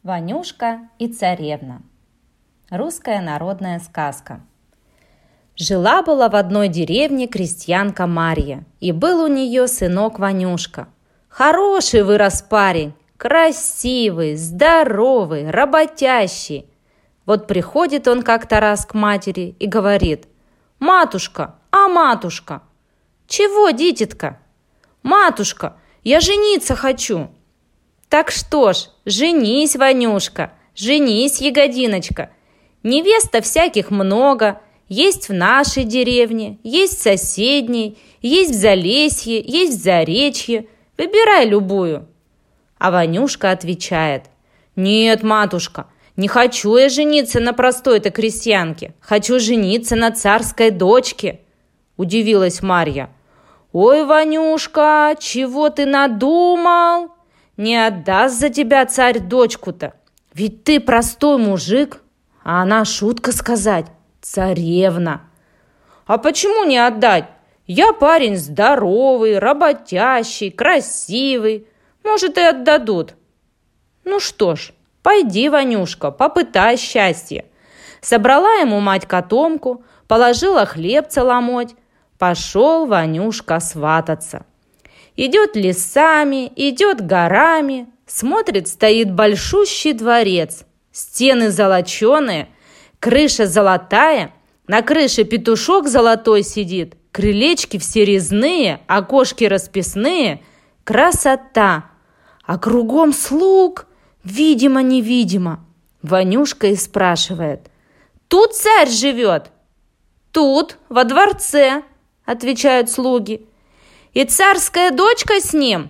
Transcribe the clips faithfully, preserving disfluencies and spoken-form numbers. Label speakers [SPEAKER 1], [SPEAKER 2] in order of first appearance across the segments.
[SPEAKER 1] Ванюшка и царевна. Русская народная сказка. Жила-была в одной деревне крестьянка Марья, и был у нее сынок Ванюшка. Хороший вырос парень, красивый, здоровый, работящий. Вот приходит он как-то раз к матери и говорит: «Матушка, а матушка?» «Чего, дитятка?» «Матушка, я жениться хочу». «Так что ж, женись, Ванюшка, женись, ягодиночка. Невеста всяких много, есть в нашей деревне, есть в соседней, есть в Залесье, есть в Заречье. Выбирай любую». А Ванюшка отвечает: «Нет, матушка, не хочу я жениться на простой-то крестьянке, хочу жениться на царской дочке». Удивилась Марья. «Ой, Ванюшка, чего ты надумал? Не отдаст за тебя царь дочку-то, ведь ты простой мужик». А она, шутка сказать, царевна. «А почему не отдать? Я парень здоровый, работящий, красивый. Может, и отдадут». «Ну что ж, пойди, Ванюшка, попытай счастье». Собрала ему мать котомку, положила хлебца ломоть. Пошел Ванюшка свататься. Идет лесами, идет горами, смотрит, стоит большущий дворец. Стены золоченые, крыша золотая, на крыше петушок золотой сидит, крылечки все резные, окошки расписные. Красота! А кругом слуг, видимо-невидимо. Ванюшка и спрашивает: «Тут царь живет?» «Тут, во дворце», — отвечают слуги. «И царская дочка с ним?»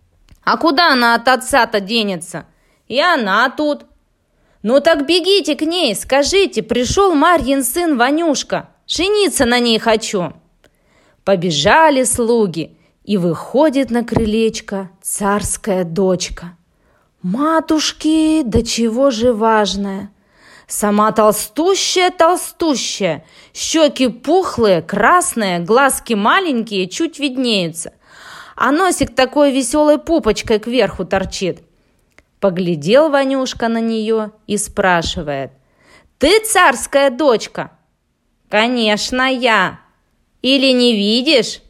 [SPEAKER 1] «А куда она от отца-то денется?» «И она тут». «Ну так бегите к ней, скажите, пришел Марьин сын Ванюшка, жениться на ней хочу». Побежали слуги, и выходит на крылечко царская дочка. Матушки, да чего же важная! Сама толстущая-толстущая, щеки пухлые, красные, глазки маленькие, чуть виднеются, а носик такой веселой пупочкой кверху торчит. Поглядел Ванюшка на нее и спрашивает: «Ты царская дочка?» «Конечно, я. Или не видишь?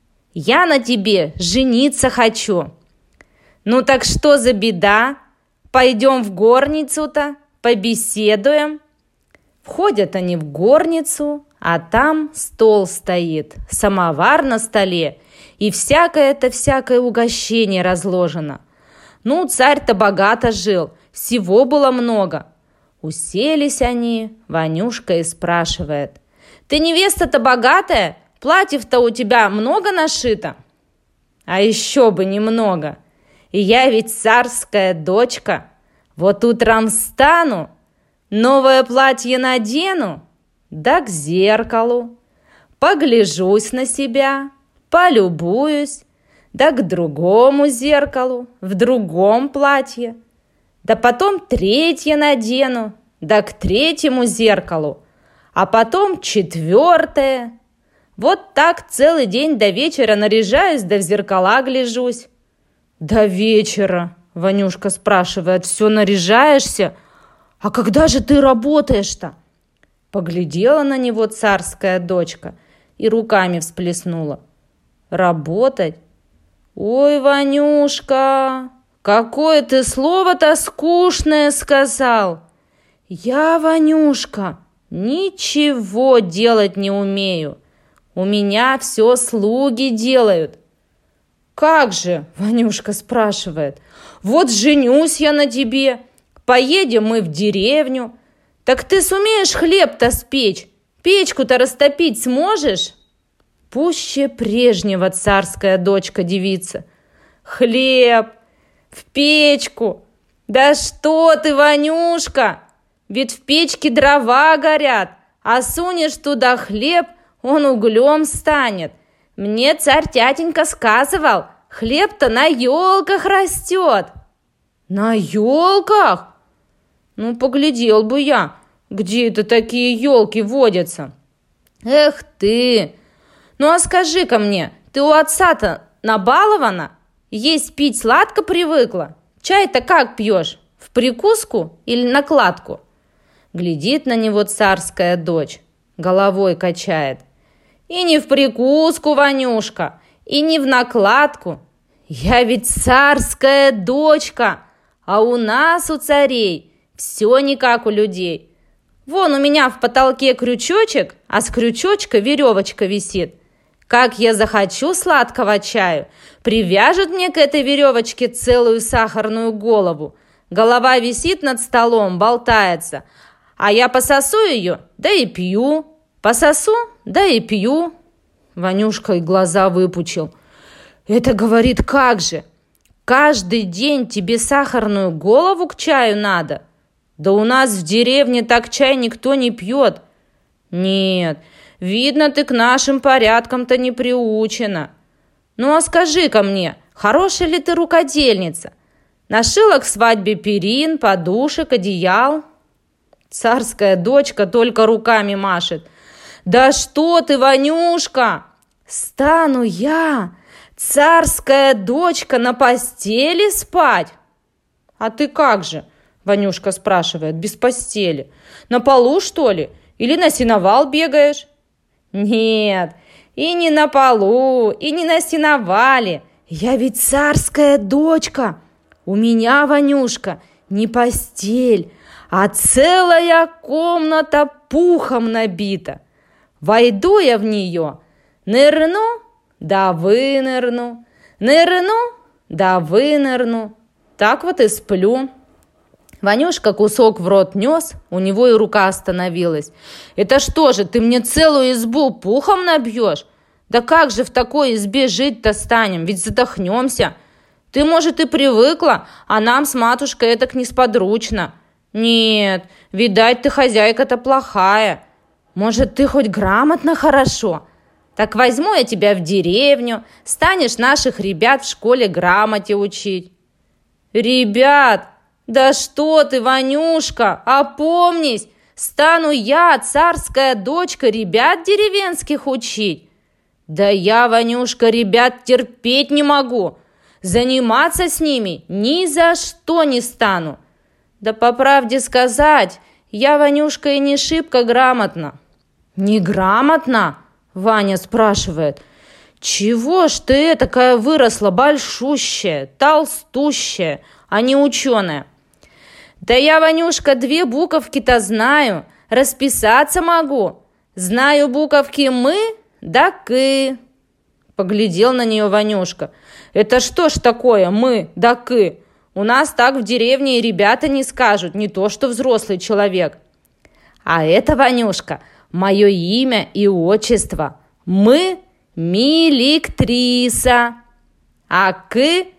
[SPEAKER 1] Я на тебе жениться хочу». «Ну так что за беда? Пойдем в горницу-то, побеседуем». Входят они в горницу, а там стол стоит, самовар на столе, и всякое-то всякое угощение разложено. Ну, царь-то богато жил, всего было много. Уселись они, Ванюшка и спрашивает: «Ты невеста-то богатая? Платьев-то у тебя много нашито?» «А еще бы немного. И я ведь царская дочка. Вот утром встану, новое платье надену, да к зеркалу, погляжусь на себя, полюбуюсь, да к другому зеркалу, в другом платье, да потом третье надену, да к третьему зеркалу, а потом четвертое. Вот так целый день до вечера наряжаюсь, да в зеркала гляжусь». «До вечера?» — Ванюшка спрашивает. «Все наряжаешься? А когда же ты работаешь-то?» Поглядела на него царская дочка и руками всплеснула. «Работать? Ой, Ванюшка, какое ты слово-то скучное сказал! Я, Ванюшка, ничего делать не умею. У меня все слуги делают». «Как же?» — Ванюшка спрашивает. «Вот женюсь я на тебе, поедем мы в деревню. Так ты сумеешь хлеб-то спечь? Печку-то растопить сможешь?» Пуще прежнего царская дочка девица. «Хлеб! В печку! Да что ты, Ванюшка! Ведь в печке дрова горят, а сунешь туда хлеб, он углем станет. Мне царь-тятенька сказывал, хлеб-то на елках растет». «На елках? Ну, поглядел бы я, где это такие елки водятся». «Эх ты! Ну, а скажи-ка мне, ты у отца-то набалована? Есть пить сладко привыкла? Чай-то как пьешь? В прикуску или накладку?» Глядит на него царская дочь, головой качает. «И не в прикуску, Ванюшка, и не в накладку. Я ведь царская дочка, а у нас, у царей, все не как у людей. Вон у меня в потолке крючочек, а с крючочка веревочка висит. Как я захочу сладкого чаю, привяжут мне к этой веревочке целую сахарную голову. Голова висит над столом, болтается, а я пососу ее, да и пью. Пососу, да и пью». Ванюшка и глаза выпучил. «Это, говорит, как же? Каждый день тебе сахарную голову к чаю надо? Да у нас в деревне так чай никто не пьет». «Нет, видно, ты к нашим порядкам-то не приучена. Ну а скажи-ка мне, хорошая ли ты рукодельница? Нашила к свадьбе перин, подушек, одеял?» Царская дочка только руками машет. «Да что ты, Ванюшка! Стану я, царская дочка, на постели спать?» «А ты как же?» – Ванюшка спрашивает. «Без постели? На полу, что ли? Или на сеновал бегаешь?» «Нет, и не на полу, и не на сеновале. Я ведь царская дочка. У меня, Ванюшка, не постель, а целая комната пухом набита. Войду я в нее, нырну, да вынырну, нырну, да вынырну. Так вот и сплю». Ванюшка кусок в рот нес, у него и рука остановилась. «Это что же, ты мне целую избу пухом набьешь? Да как же в такой избе жить-то станем, ведь задохнемся. Ты, может, и привыкла, а нам с матушкой этак несподручно. Нет, видать, ты хозяйка-то плохая. Может, ты хоть грамотно хорошо? Так возьму я тебя в деревню, станешь наших ребят в школе грамоте учить». «Ребят? Да что ты, Ванюшка, опомнись! Стану я, царская дочка, ребят деревенских учить? Да я, Ванюшка, ребят терпеть не могу. Заниматься с ними ни за что не стану. Да по правде сказать, я, Ванюшка, и не шибко грамотна». «Неграмотно?» – Ваня спрашивает. «Чего ж ты такая выросла, большущая, толстущая, а не ученая?» «Да я, Ванюшка, две буковки-то знаю, расписаться могу. Знаю буковки «мы» да «ки». Поглядел на нее Ванюшка. «Это что ж такое «мы» да «ки»? У нас так в деревне и ребята не скажут, не то что взрослый человек». «А это, Ванюшка, мое имя и отчество. Мы Миликтриса, а «ки»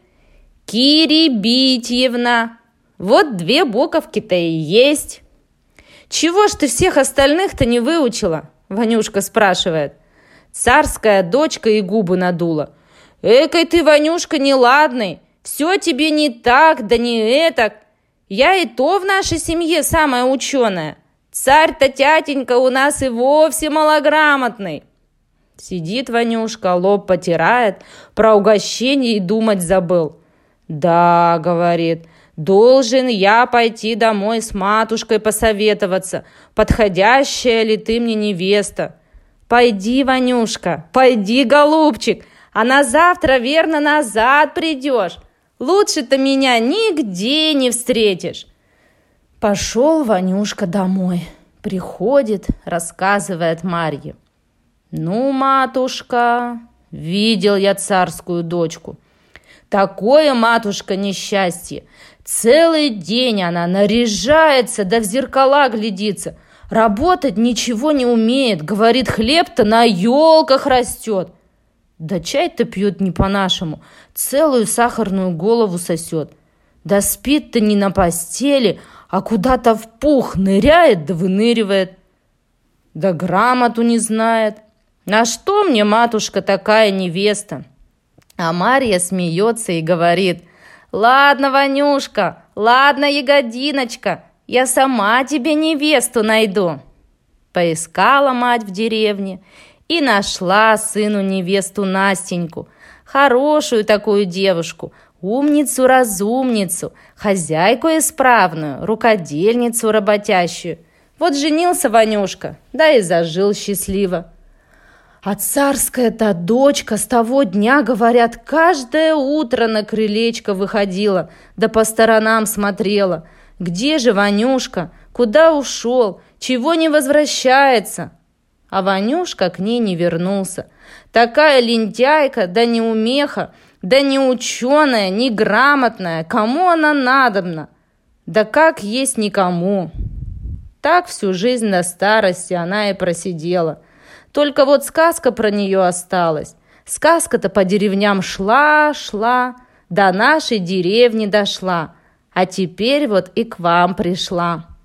[SPEAKER 1] Кирибитьевна. Вот две буковки-то и есть». «Чего ж ты всех остальных-то не выучила?» Ванюшка спрашивает. Царская дочка и губы надула. «Экой ты, Ванюшка, неладный. Все тебе не так, да не этак. Я и то в нашей семье самая ученая. Царь-то тятенька у нас и вовсе малограмотный». Сидит Ванюшка, лоб потирает, про угощение и думать забыл. «Да, — говорит, — должен я пойти домой с матушкой посоветоваться, подходящая ли ты мне невеста. Пойди, Ванюшка, пойди, голубчик, а на завтра верно назад придешь. Лучше-то меня нигде не встретишь». Пошел Ванюшка домой. Приходит, рассказывает Марье. «Ну, матушка, видел я царскую дочку. Такое, матушка, несчастье. Целый день она наряжается, да в зеркала глядится. Работать ничего не умеет. Говорит, хлеб-то на елках растет. Да чай-то пьет не по-нашему. Целую сахарную голову сосет. Да спит-то не на постели, а куда-то в пух ныряет да выныривает. Да грамоту не знает. На что мне, матушка, такая невеста?» А Марья смеется и говорит: «Ладно, Ванюшка, ладно, ягодиночка, я сама тебе невесту найду». Поискала мать в деревне и нашла сыну невесту Настеньку, хорошую такую девушку, Умницу-разумницу, хозяйку исправную, рукодельницу работящую. Вот женился Ванюшка, да и зажил счастливо. А царская-то дочка с того дня, говорят, каждое утро на крылечко выходила, да по сторонам смотрела. Где же Ванюшка? Куда ушел? Чего не возвращается? А Ванюшка к ней не вернулся. Такая лентяйка, да неумеха, да не ученая, не грамотная. Кому она надобна? Да как есть никому. Так всю жизнь до старости она и просидела. Только вот сказка про нее осталась. Сказка-то по деревням шла, шла, до нашей деревни дошла, а теперь вот и к вам пришла.